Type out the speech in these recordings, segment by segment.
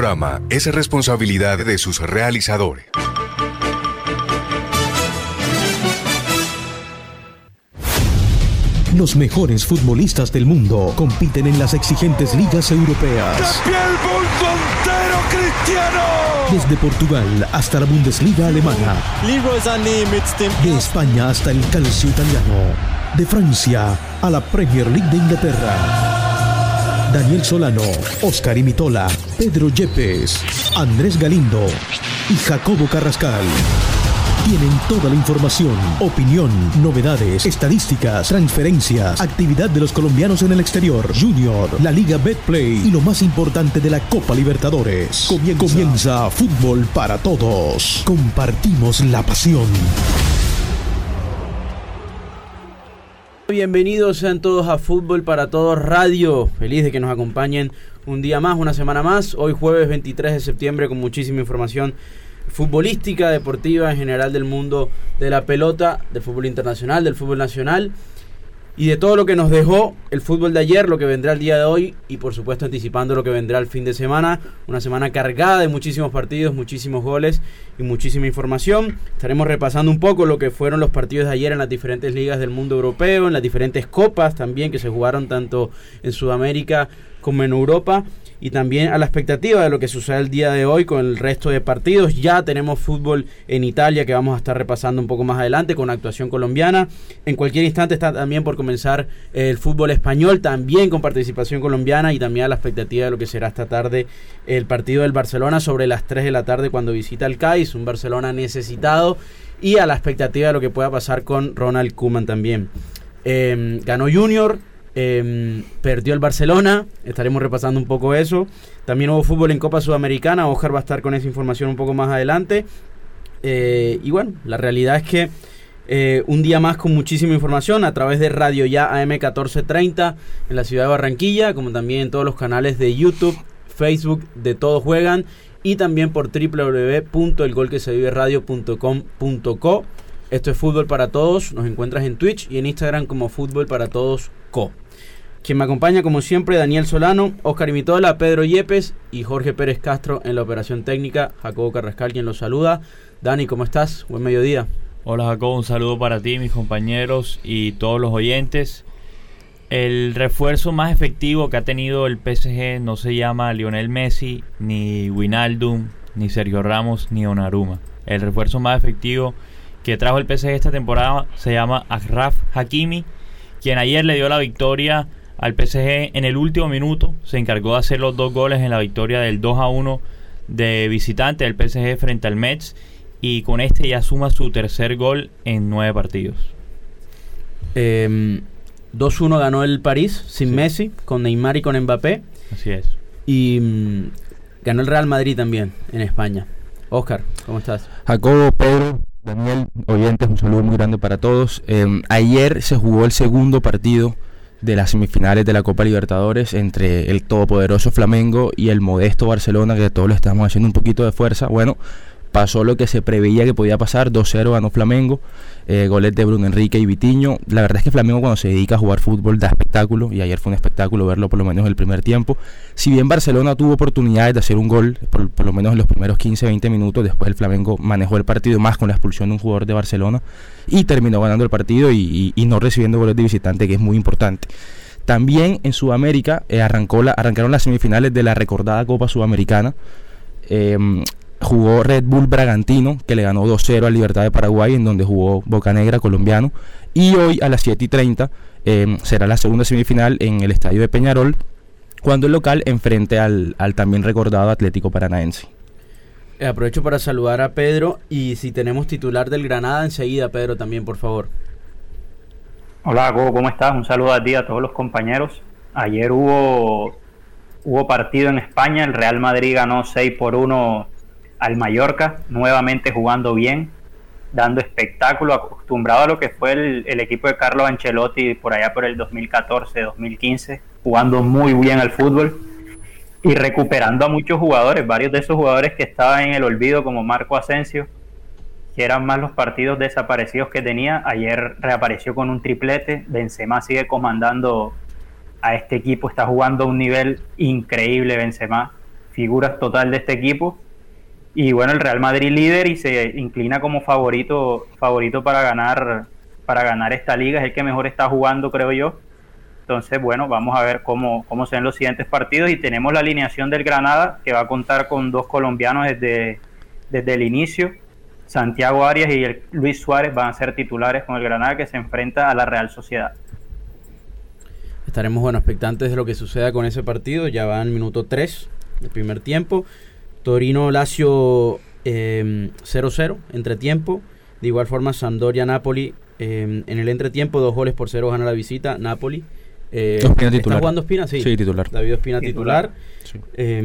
programa es responsabilidad de sus realizadores. Los mejores futbolistas del mundo compiten en las exigentes ligas europeas. ¡De pie el mundo entero, Cristiano! Desde Portugal hasta la Bundesliga alemana. De España hasta el calcio italiano. De Francia a la Premier League de Inglaterra. Daniel Solano, Óscar Imitola, Pedro Yepes, Andrés Galindo y Jacobo Carrascal tienen toda la información, opinión, novedades, estadísticas, transferencias, actividad de los colombianos en el exterior, Junior, la Liga Betplay y lo más importante de la Copa Libertadores. Comienza Fútbol para Todos. Compartimos la pasión. Bienvenidos sean todos a Fútbol para Todos Radio. Feliz de que nos acompañen un día más, una semana más. Hoy jueves 23 de septiembre con muchísima información futbolística, deportiva, en general del mundo de la pelota, del fútbol internacional, del fútbol nacional y de todo lo que nos dejó el fútbol de ayer, lo que vendrá el día de hoy y por supuesto anticipando lo que vendrá el fin de semana. Una semana cargada de muchísimos partidos, muchísimos goles y muchísima información. Estaremos repasando un poco lo que fueron los partidos de ayer en las diferentes ligas del mundo europeo, en las diferentes copas también que se jugaron tanto en Sudamérica como en Europa. Y también a la expectativa de lo que sucede el día de hoy con el resto de partidos. Ya tenemos fútbol en Italia que vamos a estar repasando un poco más adelante con actuación colombiana. En cualquier instante está también por comenzar el fútbol español, también con participación colombiana, y también a la expectativa de lo que será esta tarde el partido del Barcelona sobre las 3 de la tarde cuando visita el Cádiz, un Barcelona necesitado, y a la expectativa de lo que pueda pasar con Ronald Koeman también. Ganó Junior. Perdió el Barcelona, estaremos repasando un poco eso. También hubo fútbol en Copa Sudamericana, Óscar va a estar con esa información un poco más adelante. Y bueno, la realidad es que un día más con muchísima información a través de Radio Ya AM 1430 en la ciudad de Barranquilla, como también en todos los canales de YouTube, Facebook de Todos Juegan, y también por www.elgolqueseviveradio.com.co. Esto es Fútbol para Todos, nos encuentras en Twitch y en Instagram como Fútbol para Todos Co. Quien me acompaña como siempre, Daniel Solano, Óscar Imitola, Pedro Yepes y Jorge Pérez Castro en la operación técnica. Jacobo Carrascal quien los saluda. Dani, ¿cómo estás? Buen mediodía. Hola Jacobo, un saludo para ti, mis compañeros y todos los oyentes. El refuerzo más efectivo que ha tenido el PSG no se llama Lionel Messi, ni Wijnaldum, ni Sergio Ramos, ni Donnarumma. El refuerzo más efectivo que trajo el PSG esta temporada se llama Achraf Hakimi, quien ayer le dio la victoria al PSG en el último minuto. Se encargó de hacer los 2 goles en la victoria del 2-1 de visitante del PSG frente al Metz, y con este ya suma su tercer gol en 9 partidos. 2-1 ganó el París sin Messi, con Neymar y con Mbappé. Así es. Y ganó el Real Madrid también en España. Óscar, ¿cómo estás? Jacobo, Pedro, Daniel, oyentes, un saludo muy grande para todos. Ayer se jugó el segundo partido de las semifinales de la Copa Libertadores entre el todopoderoso Flamengo y el modesto Barcelona, que todos le estamos haciendo un poquito de fuerza. Bueno, pasó lo que se preveía que podía pasar, 2-0 ganó Flamengo, goles de Bruno Enrique y Vitinho. La verdad es que Flamengo, cuando se dedica a jugar fútbol, da espectáculo, y ayer fue un espectáculo verlo, por lo menos en el primer tiempo. Si bien Barcelona tuvo oportunidades de hacer un gol, por lo menos en los primeros 15-20 minutos, después el Flamengo manejó el partido más con la expulsión de un jugador de Barcelona y terminó ganando el partido y no recibiendo goles de visitante, que es muy importante. También en Sudamérica arrancaron las semifinales de la recordada Copa Sudamericana. Jugó Red Bull Bragantino, que le ganó 2-0 a Libertad de Paraguay, en donde jugó Bocanegra, colombiano. Y hoy a las 7:30 será la segunda semifinal en el estadio de Peñarol, cuando el local enfrente al también recordado Atlético Paranaense. Aprovecho para saludar a Pedro, y si tenemos titular del Granada enseguida, Pedro, también, por favor. Hola, ¿cómo estás? Un saludo a ti, a todos los compañeros. Ayer hubo partido en España. El Real Madrid ganó 6-1 al Mallorca, nuevamente jugando bien, dando espectáculo, acostumbrado a lo que fue el equipo de Carlo Ancelotti por allá por el 2014-2015, jugando muy bien al fútbol y recuperando a muchos jugadores, varios de esos jugadores que estaban en el olvido, como Marco Asensio, que eran más los partidos desaparecidos que tenía. Ayer reapareció con un triplete. Benzema sigue comandando a este equipo, está jugando a un nivel increíble Benzema. figuras total de este equipo. Y bueno, el Real Madrid líder y se inclina como favorito para ganar esta liga, es el que mejor está jugando, creo yo. Entonces, bueno, vamos a ver cómo se ven los siguientes partidos, y tenemos la alineación del Granada, que va a contar con 2 colombianos desde el inicio. Santiago Arias y Luis Suárez van a ser titulares con el Granada, que se enfrenta a la Real Sociedad. Estaremos, expectantes de lo que suceda con ese partido. Ya va en minuto 3 del primer tiempo. Torino-Lazio 0-0, entretiempo. De igual forma, Sampdoria-Napoli en el entretiempo, 2-0 gana la visita, Napoli. Ospina titular. ¿Está jugando Ospina? Sí, titular. David Ospina titular. Sí.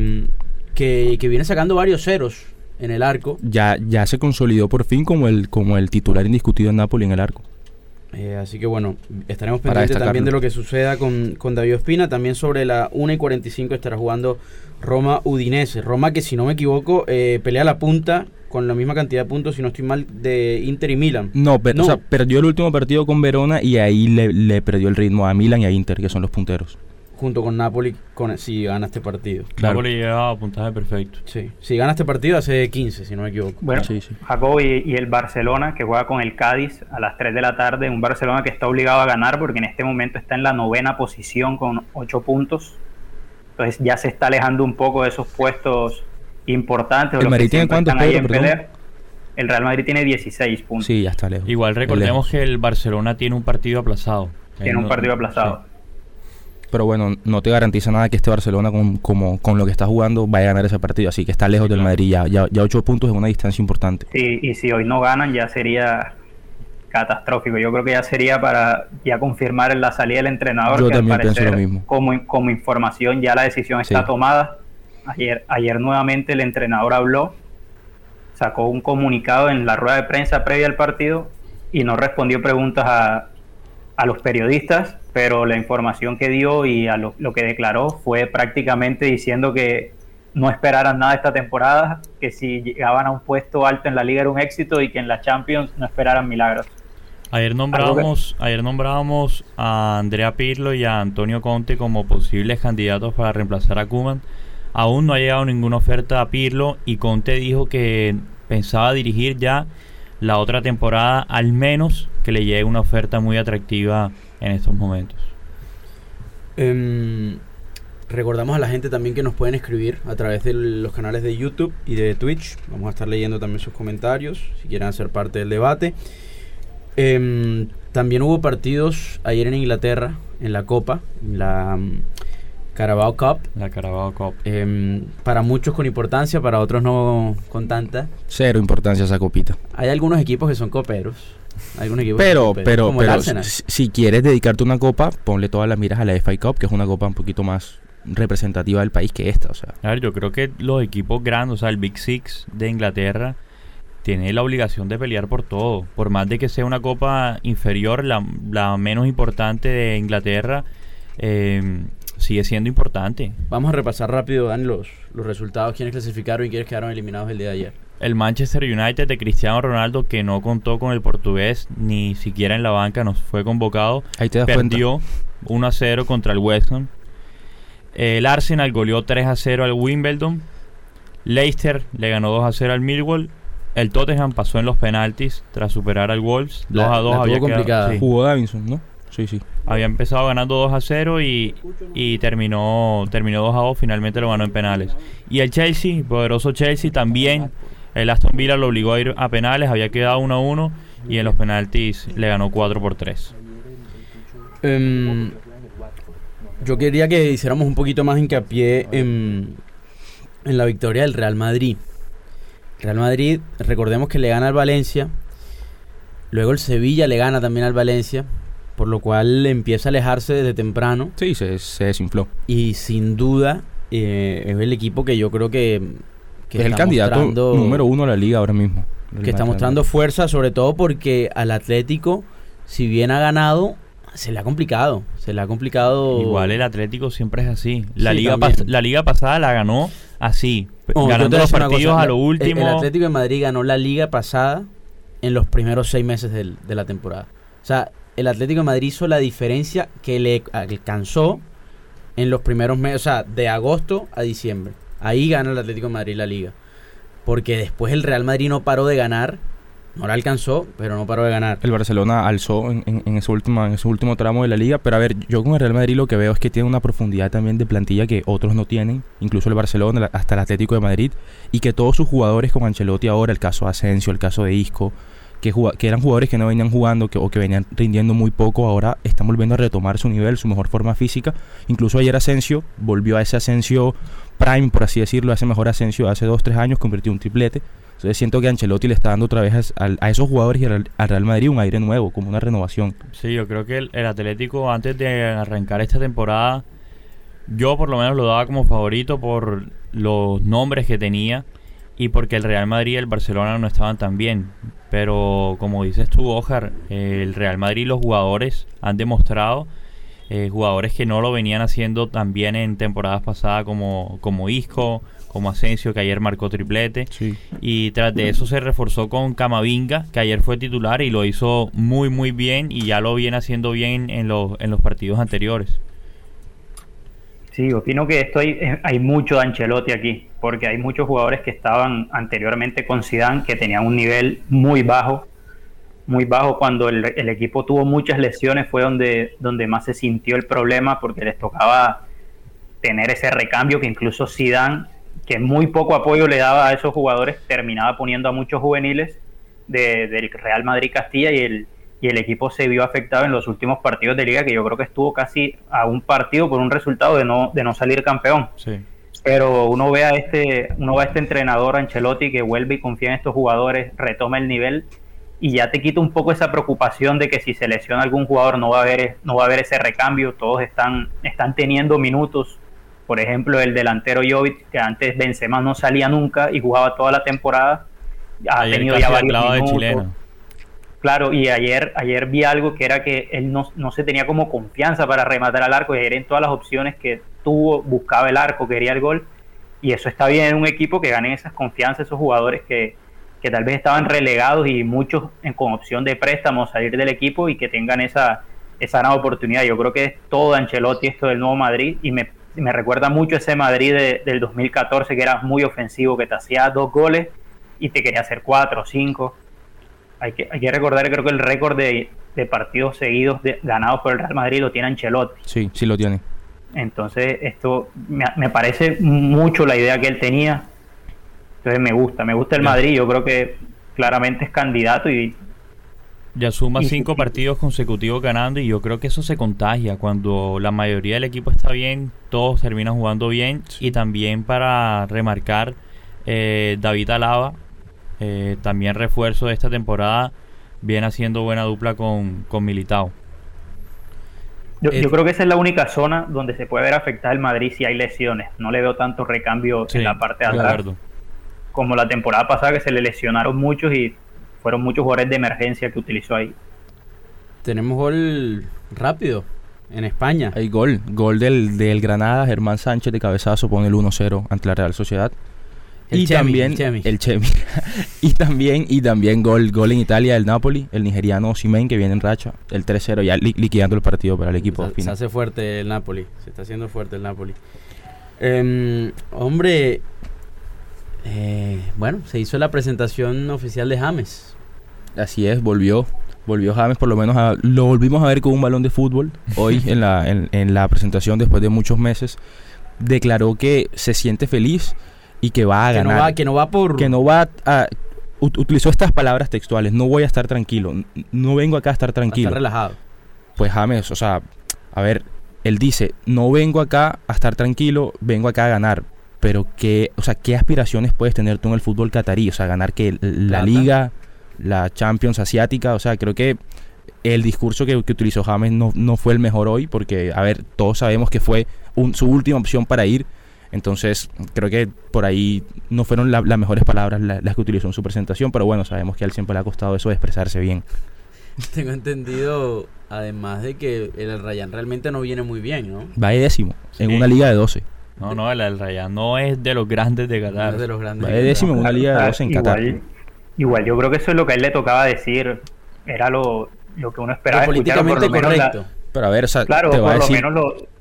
Que viene sacando varios ceros en el arco. Ya se consolidó por fin como el titular indiscutido en Napoli en el arco. Así que estaremos pendientes también de lo que suceda con David Ospina. También sobre la 1:45 estará jugando Roma-Udinese. Roma, que si no me equivoco pelea la punta con la misma cantidad de puntos, si no estoy mal, de Inter y Milan. No. O sea, perdió el último partido con Verona y ahí le perdió el ritmo a Milan y a Inter, que son los punteros. Junto con Napoli, si gana este partido. Claro. Napoli llega a puntaje perfecto. Sí, si gana este partido hace 15, si no me equivoco. Bueno, sí. Jacob, y el Barcelona, que juega con el Cádiz a las 3 de la tarde, un Barcelona que está obligado a ganar porque en este momento está en la 9ª posición con 8 puntos. Entonces ya se está alejando un poco de esos puestos importantes. ¿El Madrid tiene cuántos, Pedro? El Real Madrid tiene 16 puntos. Sí, ya está lejos. Igual recordemos que el Barcelona tiene un partido aplazado. Tiene un partido aplazado. Sí. Pero bueno, no te garantiza nada que este Barcelona con lo que está jugando vaya a ganar ese partido, así que está lejos del Madrid, ya 8 puntos es una distancia importante. Sí, y si hoy no ganan ya sería catastrófico. Yo creo que ya sería para confirmar en la salida del entrenador. Yo que también pienso lo mismo. Como información ya la decisión está tomada. Ayer nuevamente el entrenador habló, sacó un comunicado en la rueda de prensa previa al partido y no respondió preguntas a los periodistas, pero la información que dio y a lo que declaró fue prácticamente diciendo que no esperaran nada esta temporada, que si llegaban a un puesto alto en la Liga era un éxito y que en la Champions no esperaran milagros. Ayer nombrábamos a Andrea Pirlo y a Antonio Conte como posibles candidatos para reemplazar a Koeman. Aún no ha llegado ninguna oferta a Pirlo y Conte dijo que pensaba dirigir ya la otra temporada, al menos que le llegue una oferta muy atractiva en estos momentos. Recordamos a la gente también que nos pueden escribir a través de los canales de YouTube y de Twitch. Vamos a estar leyendo también sus comentarios si quieren hacer parte del debate. También hubo partidos ayer en Inglaterra, en la Copa, en la Carabao Cup. La Carabao Cup. Para muchos con importancia, para otros no con tanta. Cero importancia esa copita. Hay algunos equipos que son coperos. Pero si quieres dedicarte a una copa, ponle todas las miras a la FA Cup, que es una copa un poquito más representativa del país que esta. O sea. A ver, yo creo que los equipos grandes, o sea, el Big Six de Inglaterra, tiene la obligación de pelear por todo. Por más de que sea una copa inferior, la menos importante de Inglaterra, sigue siendo importante. Vamos a repasar rápido, Dan, los resultados, quiénes clasificaron y quiénes quedaron eliminados el día de ayer. El Manchester United de Cristiano Ronaldo, que no contó con el portugués, ni siquiera en la banca nos fue convocado, ahí te das perdió 1-0 contra el West Ham. El Arsenal goleó 3-0 al Wimbledon. Leicester le ganó 2-0 al Millwall. El Tottenham pasó en los penaltis tras superar al Wolves 2-2. Había complicada. Sí. Jugó Davinson, ¿no? Sí. Había empezado ganando 2-0 y terminó 2-2, finalmente lo ganó en penales. Y el Chelsea, poderoso Chelsea, también el Aston Villa lo obligó a ir a penales, había quedado 1-1 y en los penaltis le ganó 4-3. Yo quería que hiciéramos un poquito más hincapié en la victoria del Real Madrid. Real Madrid, recordemos que le gana al Valencia, luego el Sevilla le gana también al Valencia, por lo cual empieza a alejarse desde temprano. Sí, se desinfló. Y sin duda es el equipo que yo creo que es el candidato número 1 a la liga ahora mismo. Que está mostrando fuerza, sobre todo porque al Atlético, si bien ha ganado, se le ha complicado. Igual el Atlético siempre es así. La liga pasada la ganó así, ganando los partidos a lo último. El Atlético de Madrid ganó la liga pasada en los primeros 6 meses de la temporada. O sea, el Atlético de Madrid hizo la diferencia que le alcanzó en los primeros meses, o sea, de agosto a diciembre. ahí gana el Atlético de Madrid la Liga. Porque después el Real Madrid no paró de ganar, no la alcanzó, pero no paró de ganar. El Barcelona alzó en ese último tramo de la Liga, pero a ver, yo con el Real Madrid lo que veo es que tiene una profundidad también de plantilla que otros no tienen, incluso el Barcelona, hasta el Atlético de Madrid, y que todos sus jugadores con Ancelotti ahora, el caso de Asensio, el caso de Isco, que eran jugadores que no venían jugando o que venían rindiendo muy poco, ahora están volviendo a retomar su nivel, su mejor forma física. Incluso ayer Asensio volvió a ese Asensio prime, por así decirlo, a ese mejor Asensio de hace 2-3 años, convirtió un triplete. Entonces siento que Ancelotti le está dando otra vez a esos jugadores y al Real Madrid un aire nuevo, como una renovación. Sí, yo creo que el Atlético, antes de arrancar esta temporada, yo por lo menos lo daba como favorito por los nombres que tenía y porque el Real Madrid y el Barcelona no estaban tan bien. Pero como dices tú, Ojar, el Real Madrid y los jugadores han demostrado, jugadores que no lo venían haciendo tan bien en temporadas pasadas como Isco, como Asensio, que ayer marcó triplete. Sí. Y tras de eso se reforzó con Camavinga, que ayer fue titular y lo hizo muy muy bien y ya lo viene haciendo bien en los partidos anteriores. Sí, opino que hay mucho de Ancelotti aquí, porque hay muchos jugadores que estaban anteriormente con Zidane que tenían un nivel muy bajo. Cuando el equipo tuvo muchas lesiones fue donde más se sintió el problema, porque les tocaba tener ese recambio que incluso Zidane, que muy poco apoyo le daba a esos jugadores, terminaba poniendo a muchos juveniles del Real Madrid Castilla y el equipo se vio afectado en los últimos partidos de Liga, que yo creo que estuvo casi a un partido por un resultado de no salir campeón. Sí. Pero uno ve a este entrenador Ancelotti que vuelve y confía en estos jugadores, retoma el nivel y ya te quita un poco esa preocupación de que si se lesiona algún jugador no va a haber ese recambio. Todos están teniendo minutos. Por ejemplo, el delantero Jovic, que antes Benzema no salía nunca y jugaba toda la temporada, ha tenido ya varios minutos. Chileno. Claro, y ayer vi algo que era que él no se tenía como confianza para rematar al arco, y ayer en todas las opciones que tuvo, buscaba el arco, quería el gol, y eso está bien en un equipo que ganen esas confianzas, esos jugadores que tal vez estaban relegados y muchos con opción de préstamo salir del equipo y que tengan esa gran oportunidad. Yo creo que es todo Ancelotti esto del nuevo Madrid, y me recuerda mucho ese Madrid del 2014 que era muy ofensivo, que te hacía 2 goles y te quería hacer 4 o 5. Hay que recordar, creo que el récord de partidos seguidos ganados por el Real Madrid lo tiene Ancelotti. Sí lo tiene. Entonces esto me parece mucho la idea que él tenía. Entonces me gusta el Madrid. Yo creo que claramente es candidato y ya suma 5 partidos consecutivos ganando, y yo creo que eso se contagia. Cuando la mayoría del equipo está bien, todos terminan jugando bien. Sí. Y también para remarcar, David Alaba, también refuerzo de esta temporada, viene haciendo buena dupla con Militao. Yo creo que esa es la única zona donde se puede ver afectada el Madrid si hay lesiones. No le veo tanto recambio en la parte de atrás, como la temporada pasada, que se le lesionaron muchos y fueron muchos jugadores de emergencia que utilizó ahí. Tenemos gol rápido en España. Hay gol del Granada. Germán Sánchez de cabezazo pone el 1-0 ante la Real Sociedad. El Chemi. y también gol en Italia del Napoli, el nigeriano Osimhen, que viene en racha, el 3-0, ya liquidando el partido para el equipo. Se hace fuerte el Napoli, se está haciendo fuerte el Napoli. Hombre, bueno, se hizo la presentación oficial de James. Así es, volvió James, por lo menos lo volvimos a ver con un balón de fútbol. Hoy en la presentación, después de muchos meses, declaró que se siente feliz y que va a ganar. Utilizó estas palabras textuales: no voy a estar tranquilo, no vengo acá a estar tranquilo. A estar relajado. Pues James, o sea, a ver, él dice, no vengo acá a estar tranquilo, vengo acá a ganar. Pero ¿qué aspiraciones puedes tener tú en el fútbol catarí? O sea, ganar que la Liga, la Champions asiática. O sea, creo que el discurso que utilizó James no fue el mejor hoy, porque, a ver, todos sabemos que fue su última opción para ir. Entonces, creo que por ahí no fueron las mejores palabras las que utilizó en su presentación, pero bueno, sabemos que a él siempre le ha costado eso de expresarse bien. Tengo entendido, además de que el Rayan realmente no viene muy bien, ¿no? Va de 10º en una liga de 12. No, el Rayan no es de los grandes de Qatar. No es de los grandes. Va de 10º en una liga de 12 en Qatar. Igual, yo creo que eso es lo que a él le tocaba decir. Era lo que uno esperaba escuchar, políticamente correcto. Pero a ver, o sea, claro, te va a decir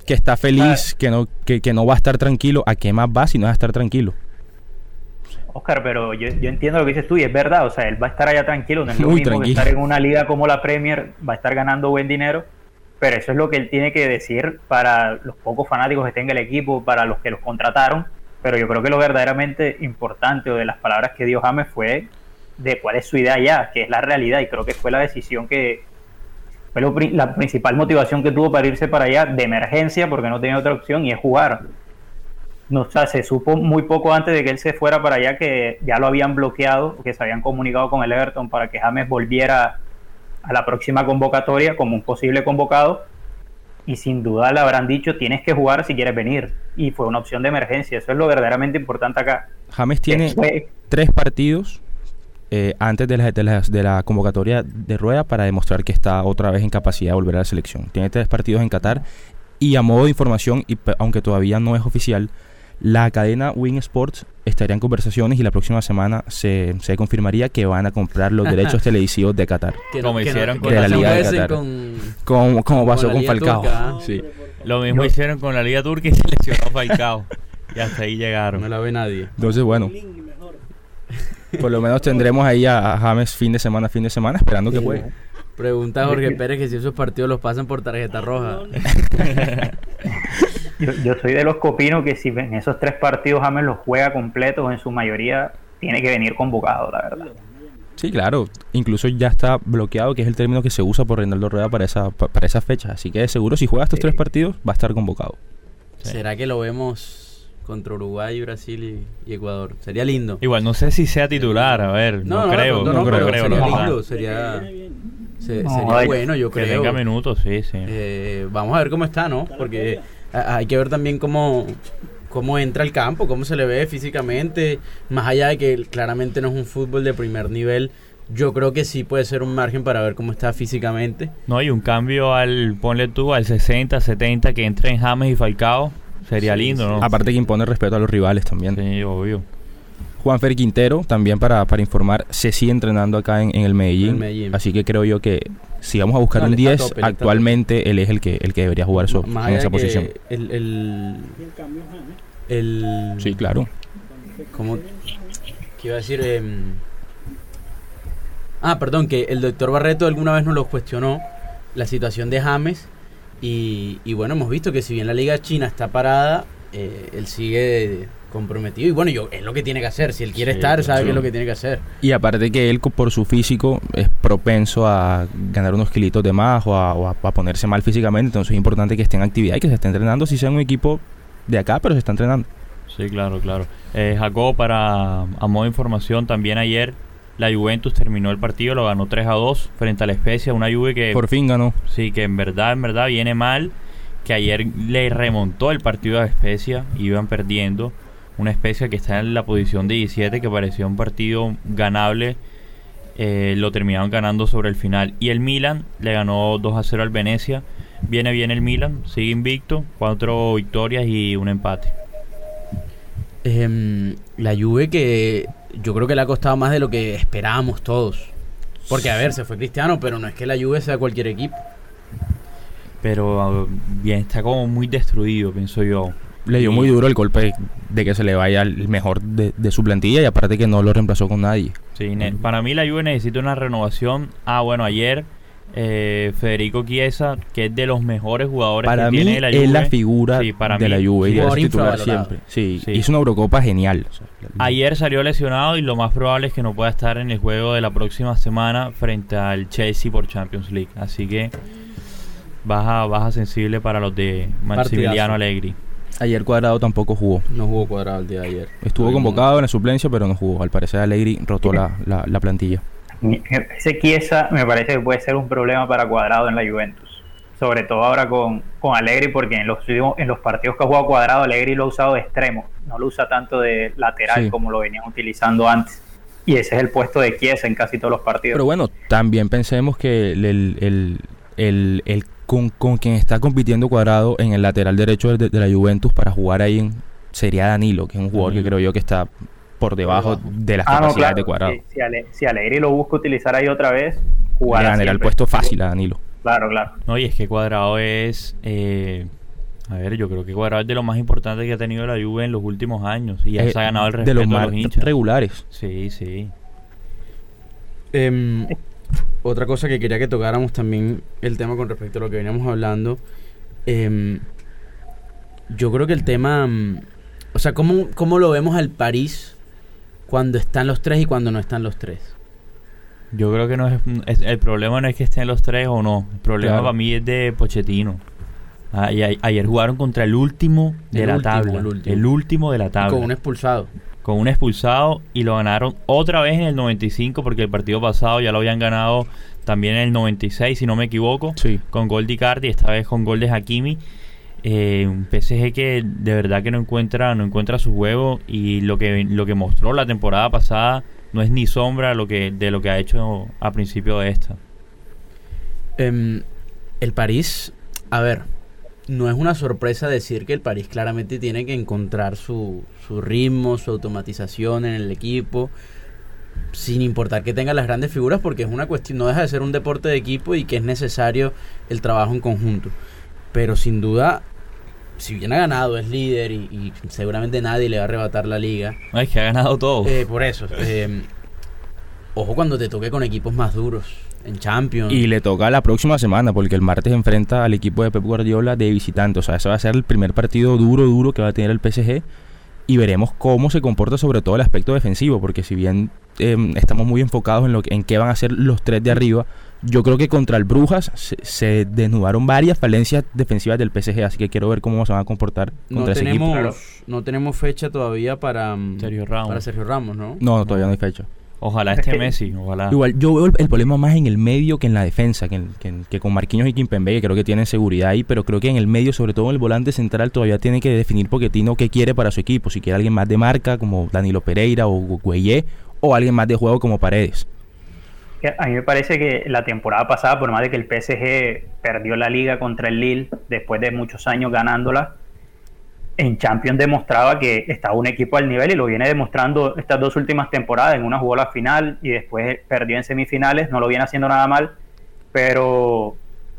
que está feliz, que no va a estar tranquilo. ¿A qué más va si no es a estar tranquilo? Oscar, pero yo entiendo lo que dices tú y es verdad, o sea, él va a estar allá tranquilo, no es lo Muy mismo tranquilo. que estar en una liga como la Premier, va a estar ganando buen dinero, pero eso es lo que él tiene que decir para los pocos fanáticos que tenga el equipo, para los que los contrataron, pero yo creo que lo verdaderamente importante o de las palabras que dio James fue de cuál es su idea ya, que es la realidad, y creo que fue la decisión que fue la principal motivación que tuvo para irse para allá de emergencia porque no tenía otra opción y es jugar. No, o sea, se supo muy poco antes de que él se fuera para allá que ya lo habían bloqueado, que se habían comunicado con el Everton para que James volviera a la próxima convocatoria como un posible convocado, y sin duda le habrán dicho tienes que jugar si quieres venir, y fue una opción de emergencia. Eso es lo verdaderamente importante acá. James tiene 3 partidos antes de la convocatoria de Rueda para demostrar que está otra vez en capacidad de volver a la selección. Tiene 3 partidos en Qatar, y a modo de información, y aunque todavía no es oficial, la cadena Win Sports estaría en conversaciones y la próxima semana se confirmaría que van a comprar los derechos televisivos de Qatar. Como hicieron con la Liga de Qatar. Como pasó con Falcao. Turca, sí. Lo mismo hicieron con la Liga Turca y seleccionó Falcao. Y hasta ahí llegaron. No la ve nadie. Entonces, bueno, por lo menos tendremos ahí a James fin de semana, esperando que juegue. Pregunta Jorge Pérez que si esos partidos los pasan por tarjeta roja. Yo soy de los que opino que si en esos 3 partidos James los juega completos, en su mayoría tiene que venir convocado, la verdad. Sí, claro, incluso ya está bloqueado, que es el término que se usa por Reinaldo Rueda para esa fecha, así que seguro si juega estos 3 partidos va a estar convocado. Sí. ¿Será que lo vemos contra Uruguay, Brasil y Ecuador? Sería lindo. Igual no sé si sea titular, a ver, no creo. Sería lindo, sería bueno, yo creo. Que tenga minutos, sí. Vamos a ver cómo está, ¿no? Porque hay que ver también cómo entra al campo, cómo se le ve físicamente, más allá de que claramente no es un fútbol de primer nivel. Yo creo que sí puede ser un margen para ver cómo está físicamente. No, y un cambio ponle tú, al 60, 70, que entren James y Falcao, sería lindo, ¿no? Aparte que impone respeto a los rivales también. Sí, obvio. Juanfer Quintero, también para informar, se sigue entrenando acá en el Medellín. Así que creo yo que si vamos a buscar un 10, actualmente él es el que debería jugar en esa posición. Sí, claro. ¿Qué iba a decir? Perdón, que el doctor Barreto alguna vez nos lo cuestionó, la situación de James. Y bueno, hemos visto que si bien la Liga China está parada, él sigue comprometido, y bueno, es lo que tiene que hacer. Si él quiere estar, sabe que es lo que tiene que hacer. Y aparte que él por su físico es propenso a ganar unos kilitos de más o a ponerse mal físicamente, entonces es importante que esté en actividad y que se esté entrenando, si sea un equipo de acá, pero se está entrenando. Sí, claro. Jacob, a modo de información, también ayer la Juventus terminó el partido, lo ganó 3-2 frente a la Spezia, una Juve que por fin ganó. Sí, que en verdad viene mal, que ayer le remontó el partido a Spezia, iban perdiendo. Una Spezia que está en la posición de 17, que parecía un partido ganable, lo terminaron ganando sobre el final. Y el Milan le ganó 2-0 al Venecia. Viene bien el Milan, sigue invicto, 4 victorias y un empate. La Juve, que yo creo que le ha costado más de lo que esperábamos todos. Porque, a ver, se fue Cristiano, pero no es que la Juve sea cualquier equipo. Pero bien, está como muy destruido, pienso yo. Le dio muy duro el golpe de que se le vaya el mejor de su plantilla, y aparte que no lo reemplazó con nadie. Sí, para mí la Juve necesita una renovación. Ayer Federico Chiesa, que es de los mejores jugadores para que tiene mí la Juve, es la figura de la Juve, y es titular siempre. Sí, hizo una Eurocopa genial. Ayer salió lesionado y lo más probable es que no pueda estar en el juego de la próxima semana frente al Chelsea por Champions League. Así que baja sensible para los de Massimiliano Allegri. Ayer Cuadrado tampoco jugó. No jugó Cuadrado el día de ayer. Estuvo convocado en la suplencia, pero no jugó. Al parecer Allegri rotó la plantilla. Ese Chiesa me parece que puede ser un problema para Cuadrado en la Juventus. Sobre todo ahora con Allegri, porque en los partidos que ha jugado Cuadrado, Allegri lo ha usado de extremo. No lo usa tanto de lateral como lo venían utilizando antes. Y ese es el puesto de Chiesa en casi todos los partidos. Pero bueno, también pensemos que con quien está compitiendo Cuadrado en el lateral derecho de la Juventus para jugar ahí sería Danilo, que es un jugador que creo yo que está por debajo de las capacidades de Cuadrado. Si Allegri lo busca utilizar ahí otra vez, jugará le ganará el puesto fácil a Danilo. Claro. No, y es que Cuadrado es A ver, yo creo que Cuadrado es de lo más importante que ha tenido la Juve en los últimos años y ya se ha ganado el respeto de los más hinchas regulares. Sí. Otra cosa que quería que tocáramos también, el tema con respecto a lo que veníamos hablando. Yo creo que el tema, o sea, ¿cómo lo vemos al París cuando están los tres y cuando no están los tres? Yo creo que no es el problema no es que estén los tres o no. El problema para mí es de Pochettino. Ayer jugaron contra el último de la tabla. El último de la tabla. Con un expulsado. Con un expulsado y lo ganaron otra vez en el 95 porque el partido pasado ya lo habían ganado también en el 96, si no me equivoco. Sí. Con gol de Icardi, esta vez con gol de Hakimi. Un PSG que de verdad que no encuentra su juego y lo que mostró la temporada pasada no es ni sombra de lo que ha hecho a principio de esta. El París, a ver, no es una sorpresa decir que el París claramente tiene que encontrar su ritmo, su automatización en el equipo, sin importar que tenga las grandes figuras, porque es una cuestión, no deja de ser un deporte de equipo y que es necesario el trabajo en conjunto. Pero sin duda, si bien ha ganado, es líder y seguramente nadie le va a arrebatar la liga. Ay, que ha ganado todo. Por eso. Ojo cuando te toque con equipos más duros, en Champions. Y le toca la próxima semana, porque el martes enfrenta al equipo de Pep Guardiola de visitante. O sea, ese va a ser el primer partido duro que va a tener el PSG. Y veremos cómo se comporta sobre todo el aspecto defensivo, porque si bien estamos muy enfocados en qué van a hacer los tres de arriba, yo creo que contra el Brujas se desnudaron varias falencias defensivas del PSG, así que quiero ver cómo se van a comportar contra ese equipo. No tenemos fecha todavía para Sergio Ramos, ¿no? No, todavía no hay fecha. Ojalá Messi, ojalá. Igual, yo veo el problema más en el medio que en la defensa, que con Marquinhos y Kimpembe, que creo que tienen seguridad ahí, pero creo que en el medio, sobre todo en el volante central, todavía tiene que definir Pochettino qué quiere para su equipo, si quiere alguien más de marca como Danilo Pereira o Gueye, o alguien más de juego como Paredes. A mí me parece que la temporada pasada, por más de que el PSG perdió la liga contra el Lille, después de muchos años ganándola, en Champions demostraba que estaba un equipo al nivel y lo viene demostrando estas dos últimas temporadas. En una jugó la final y después perdió en semifinales, no lo viene haciendo nada mal, pero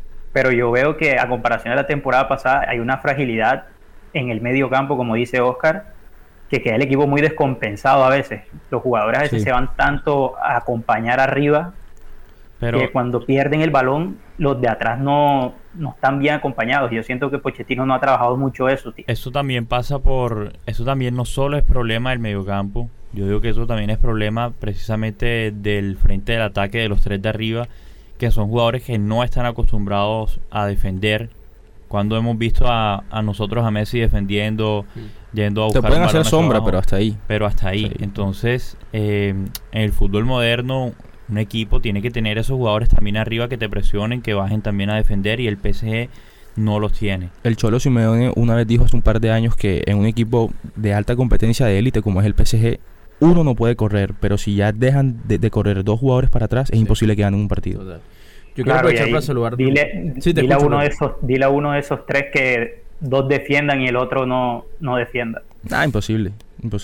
yo veo que a comparación de la temporada pasada hay una fragilidad en el medio campo, como dice Oscar, que queda el equipo muy descompensado a veces. Los jugadores a veces se van tanto a acompañar arriba que cuando pierden el balón, los de atrás no están bien acompañados. Yo siento que Pochettino no ha trabajado mucho eso, tío. Eso también eso también no solo es problema del mediocampo. Yo digo que eso también es problema precisamente del frente del ataque de los tres de arriba, que son jugadores que no están acostumbrados a defender. Cuando hemos visto a nosotros a Messi defendiendo, yendo a buscar. Te pueden hacer sombra, abajo, pero hasta ahí. Sí. Entonces, en el fútbol moderno, un equipo tiene que tener esos jugadores también arriba que te presionen, que bajen también a defender, y el PSG no los tiene. El Cholo Simeone una vez dijo hace un par de años que en un equipo de alta competencia de élite como es el PSG, uno no puede correr, pero si ya dejan de correr dos jugadores para atrás, es imposible que ganen un partido. Total. Yo quiero aprovechar para saludar. Dile a uno de esos tres que dos defiendan y el otro no defienda. Imposible.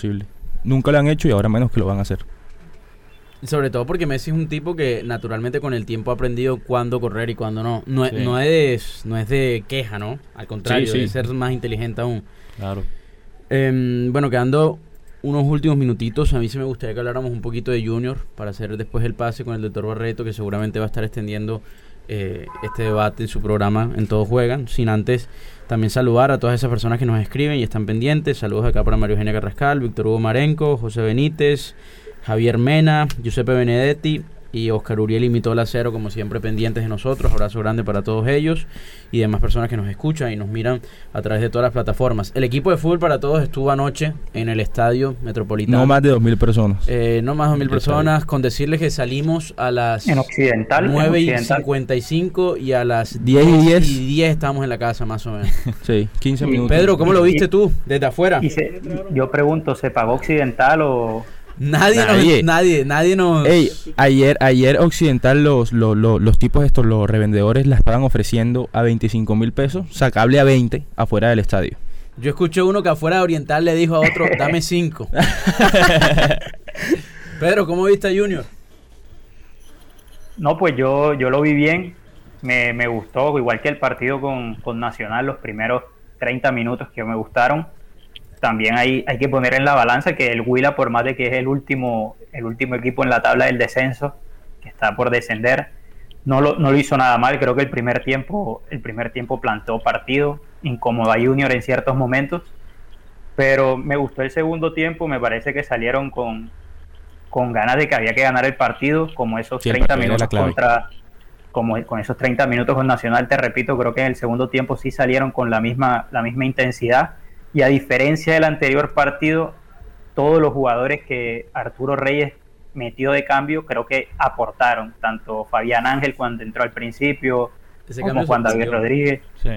Nunca lo han hecho y ahora menos que lo van a hacer. Sobre todo porque Messi es un tipo que naturalmente con el tiempo ha aprendido cuándo correr y cuándo no. No es de queja, ¿no? Al contrario, de ser más inteligente aún. Claro. Bueno, quedando unos últimos minutitos, a mí sí me gustaría que habláramos un poquito de Junior para hacer después el pase con el doctor Barreto, que seguramente va a estar extendiendo este debate en su programa En Todos Juegan, sin antes también saludar a todas esas personas que nos escriben y están pendientes. Saludos acá para María Eugenia Carrascal, Víctor Hugo Marenco, José Benítez, Javier Mena, Giuseppe Benedetti y Oscar Uriel y Mitola Cero, como siempre pendientes de nosotros. Abrazo grande para todos ellos y demás personas que nos escuchan y nos miran a través de todas las plataformas. El equipo de Fútbol para Todos estuvo anoche en el Estadio Metropolitano. No más de 2.000 personas. No más de 2.000 personas, con decirles que salimos a las en Occidental, 9:55 y a las 10:10 estamos en la casa, más o menos. Sí, 15 minutos. Pedro, ¿cómo lo viste tú desde afuera? Yo pregunto, ¿se pagó Occidental o...? Nadie nos... Ey, ayer Occidental, los tipos estos, los revendedores, la estaban ofreciendo a 25,000 pesos, sacable a 20 afuera del estadio. Yo escuché uno que afuera de Oriental le dijo a otro, dame 5. Pedro, ¿cómo viste a Junior? No, pues yo lo vi bien, me gustó, igual que el partido con Nacional, los primeros 30 minutos que me gustaron. También hay que poner en la balanza que el Huila, por más de que es el último equipo en la tabla del descenso, que está por descender, no lo hizo nada mal. Creo que el primer tiempo plantó partido, incomodó a Junior en ciertos momentos, pero me gustó el segundo tiempo. Me parece que salieron con ganas de que había que ganar el partido, como esos 30 minutos con esos 30 minutos con Nacional. Te repito, creo que en el segundo tiempo sí salieron con la misma intensidad, y a diferencia del anterior partido, todos los jugadores que Arturo Reyes metió de cambio creo que aportaron, tanto Fabián Ángel cuando entró al principio, como Juan David Rodríguez. Sí.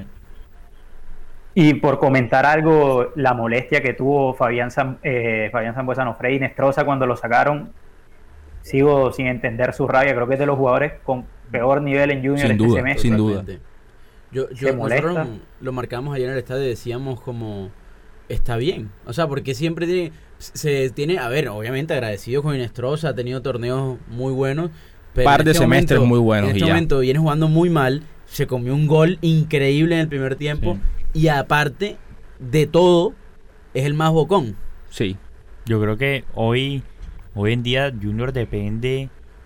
Y por comentar algo, la molestia que tuvo Fabián Sambueza Nofré y Inestrosa cuando lo sacaron, sigo sin entender su rabia. Creo que es de los jugadores con peor nivel en Junior este semestre. Sin duda. Nosotros lo marcamos ayer en el estadio y decíamos como, está bien, o sea, porque siempre tiene, a ver, obviamente agradecido con Inestrosa, ha tenido torneos muy buenos, pero par de semestres muy buenos. En este momento viene jugando muy mal, se comió un gol increíble en el primer tiempo, y aparte de todo, es el más bocón. Sí. Yo creo que hoy en día Junior depende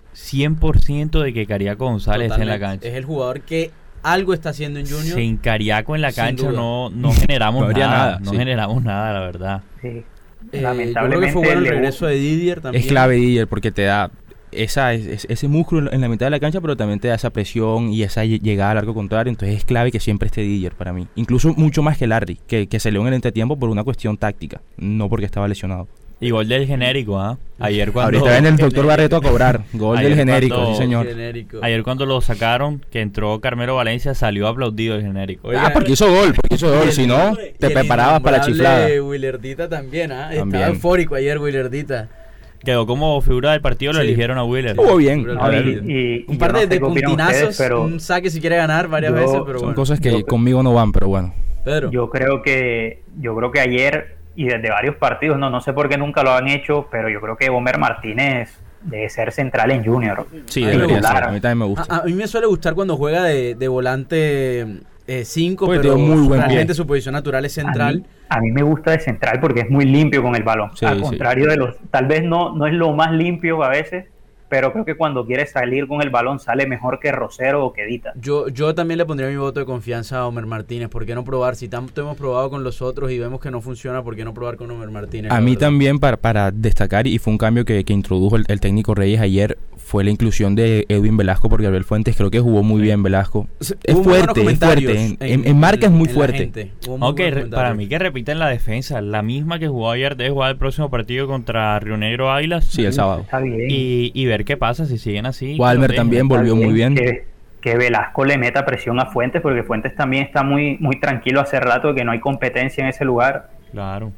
100% de que Cariaco González esté en la cancha. Es el jugador que algo está haciendo en Junior. Sin Cariaco en la cancha no generamos nada. No generamos nada, la verdad. Sí. Yo creo que fue bueno el regreso de Didier también. Es clave Didier porque te da ese músculo en la mitad de la cancha, pero también te da esa presión y esa llegada al arco contrario. Entonces es clave que siempre esté Didier para mí. Incluso mucho más que Larry, que salió en el entretiempo por una cuestión táctica, no porque estaba lesionado. Y gol del genérico, ¿ah? Ayer cuando... Ahorita ven el doctor Barreto a cobrar. Gol del genérico, sí señor. Ayer cuando lo sacaron, que entró Carmelo Valencia, salió aplaudido el genérico. Oiga, porque hizo gol. Si no, te preparabas para la chiflada. Willardita también, ¿ah? Estaba eufórico ayer Willardita. Quedó como figura del partido, lo eligieron a Willer. Estuvo bien. Un par de puntinazos, pero un saque si quiere ganar varias veces, pero son cosas que conmigo no van, pero bueno. Pedro. Yo creo que ayer, y desde varios partidos, no sé por qué nunca lo han hecho, pero yo creo que Homer Martínez debe ser central en Junior. Sí, debería ser. A mí también me gusta. A mí me suele gustar cuando juega de volante 5, pero tiene muy buen realmente su posición natural es central. A mí me gusta de central porque es muy limpio con el balón. Al contrario de los... Tal vez no es lo más limpio a veces, pero creo que cuando quiere salir con el balón sale mejor que Rosero o que Dita. Yo también le pondría mi voto de confianza a Homer Martínez. ¿Por qué no probar? Si tanto hemos probado con los otros y vemos que no funciona, ¿por qué no probar con Homer Martínez? A mí también, para destacar, y fue un cambio que introdujo el técnico Reyes ayer, fue la inclusión de Edwin Velasco por Gabriel Fuentes. Creo que jugó muy bien Velasco. Es fuerte. En marca es muy fuerte. Aunque para mí que repiten la defensa, la misma que jugó ayer, debe jugar el próximo partido contra Río Negro Águilas. Sí, el sábado. Está bien. Y ver qué pasa si siguen así. Walmer también volvió muy bien. Que Velasco le meta presión a Fuentes, porque Fuentes también está muy, muy tranquilo hace rato, que no hay competencia en ese lugar. Claro.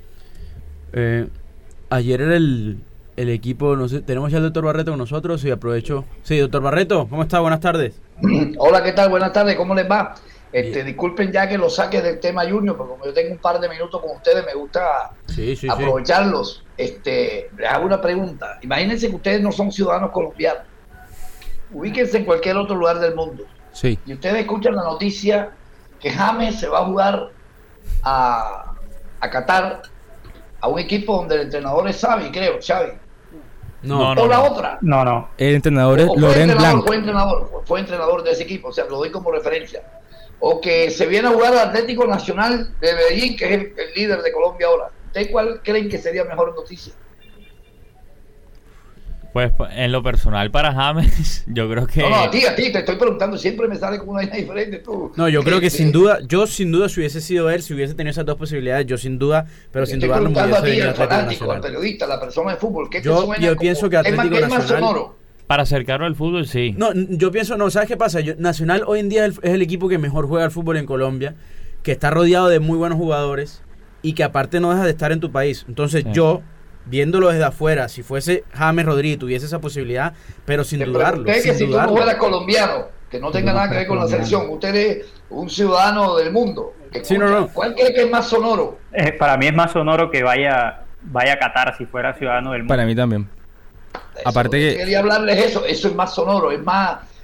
Ayer era el equipo, no sé, tenemos ya al doctor Barreto con nosotros y aprovecho. Sí, doctor Barreto, ¿cómo está? Buenas tardes. Hola, ¿qué tal? Buenas tardes, ¿cómo les va? Disculpen ya que lo saque del tema Junior, porque como yo tengo un par de minutos con ustedes, me gusta aprovecharlos. Les hago una pregunta. Imagínense que ustedes no son ciudadanos colombianos. Ubíquense en cualquier otro lugar del mundo. Sí. Y ustedes escuchan la noticia que James se va a jugar a Qatar, a un equipo donde el entrenador es Xavi, creo, Xavi. No. La otra. No. El entrenador es Laurent Blanc. Fue entrenador de ese equipo, o sea, lo doy como referencia. O que se viene a jugar al Atlético Nacional de Medellín, que es el líder de Colombia ahora. ¿Ustedes cuál creen que sería mejor noticia? Pues en lo personal para James, yo creo que... No, a ti, te estoy preguntando, siempre me sale con una idea diferente tú. No, yo creo que sin duda, si hubiese sido él, si hubiese tenido esas dos posibilidades, yo sin duda, pero sin duda no me hubiese venido al fanático, al periodista, la persona de fútbol, ¿qué te suena? Yo pienso que Atlético Nacional... Para acercarlo al fútbol, sí. No, yo pienso, ¿sabes qué pasa? Nacional hoy en día es el equipo que mejor juega al fútbol en Colombia, que está rodeado de muy buenos jugadores y que aparte no deja de estar en tu país. Entonces yo, viéndolo desde afuera, si fuese James Rodríguez, tuviese esa posibilidad, pero sin dudarlo. Usted que si tú no fueras colombiano, que no tenga nada que ver con la selección, usted es un ciudadano del mundo. Sí, no. ¿Cuál cree que es más sonoro? Para mí es más sonoro que vaya a Qatar si fuera ciudadano del mundo. Para mí también. Aparte que quería hablarles eso es más sonoro, es más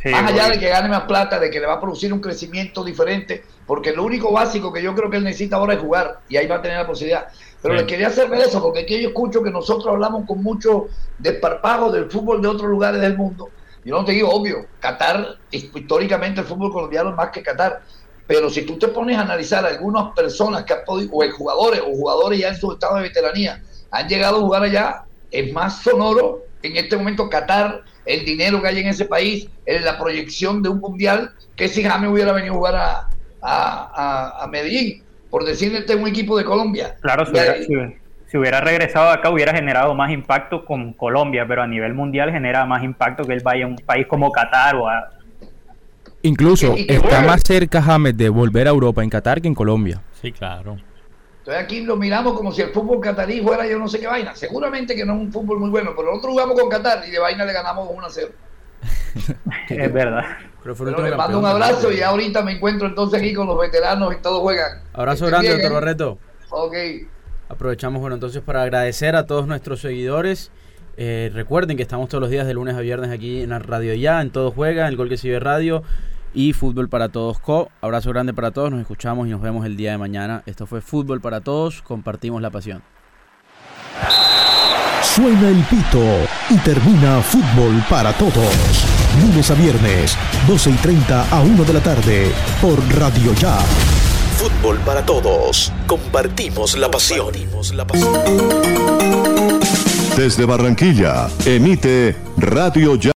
Sí, más allá de que gane más plata, de que le va a producir un crecimiento diferente, porque lo único básico que yo creo que él necesita ahora es jugar, y ahí va a tener la posibilidad. Pero le quería hacer ver eso, porque aquí yo escucho que nosotros hablamos con mucho desparpajo del fútbol de otros lugares del mundo. Yo no te digo, obvio, Qatar, históricamente el fútbol colombiano es más que Qatar, pero si tú te pones a analizar algunas personas que han podido, o jugadores ya en su estado de veteranía, han llegado a jugar allá, es más sonoro en este momento Qatar, el dinero que hay en ese país, en la proyección de un mundial, que si James hubiera venido a jugar a Medellín, por decirle, este es un equipo de Colombia. Claro, si hubiera regresado acá hubiera generado más impacto con Colombia, pero a nivel mundial genera más impacto que él vaya a un país como Qatar o a... Incluso está más cerca James de volver a Europa en Qatar que en Colombia. Sí, claro. Entonces aquí lo miramos como si el fútbol catarí fuera yo no sé qué vaina. Seguramente que no es un fútbol muy bueno, pero nosotros jugamos con Qatar y de vaina le ganamos 1-0. Es verdad. Pero le mando un abrazo y ahorita me encuentro entonces aquí con los veteranos y todos juegan. Abrazo grande, doctor Barreto. Ok. Aprovechamos, bueno, entonces para agradecer a todos nuestros seguidores. Recuerden que estamos todos los días de lunes a viernes aquí en la Radio Ya, en Todo Juega, en el Gol que Sigue Radio y Fútbol para Todos Co. Abrazo grande para todos, nos escuchamos y nos vemos el día de mañana. Esto fue Fútbol para Todos, compartimos la pasión. Suena el pito y termina Fútbol para Todos. Lunes a viernes, 12:30 a 1 de la tarde, por Radio Ya. Fútbol para Todos. Compartimos la pasión. Desde Barranquilla, emite Radio Ya.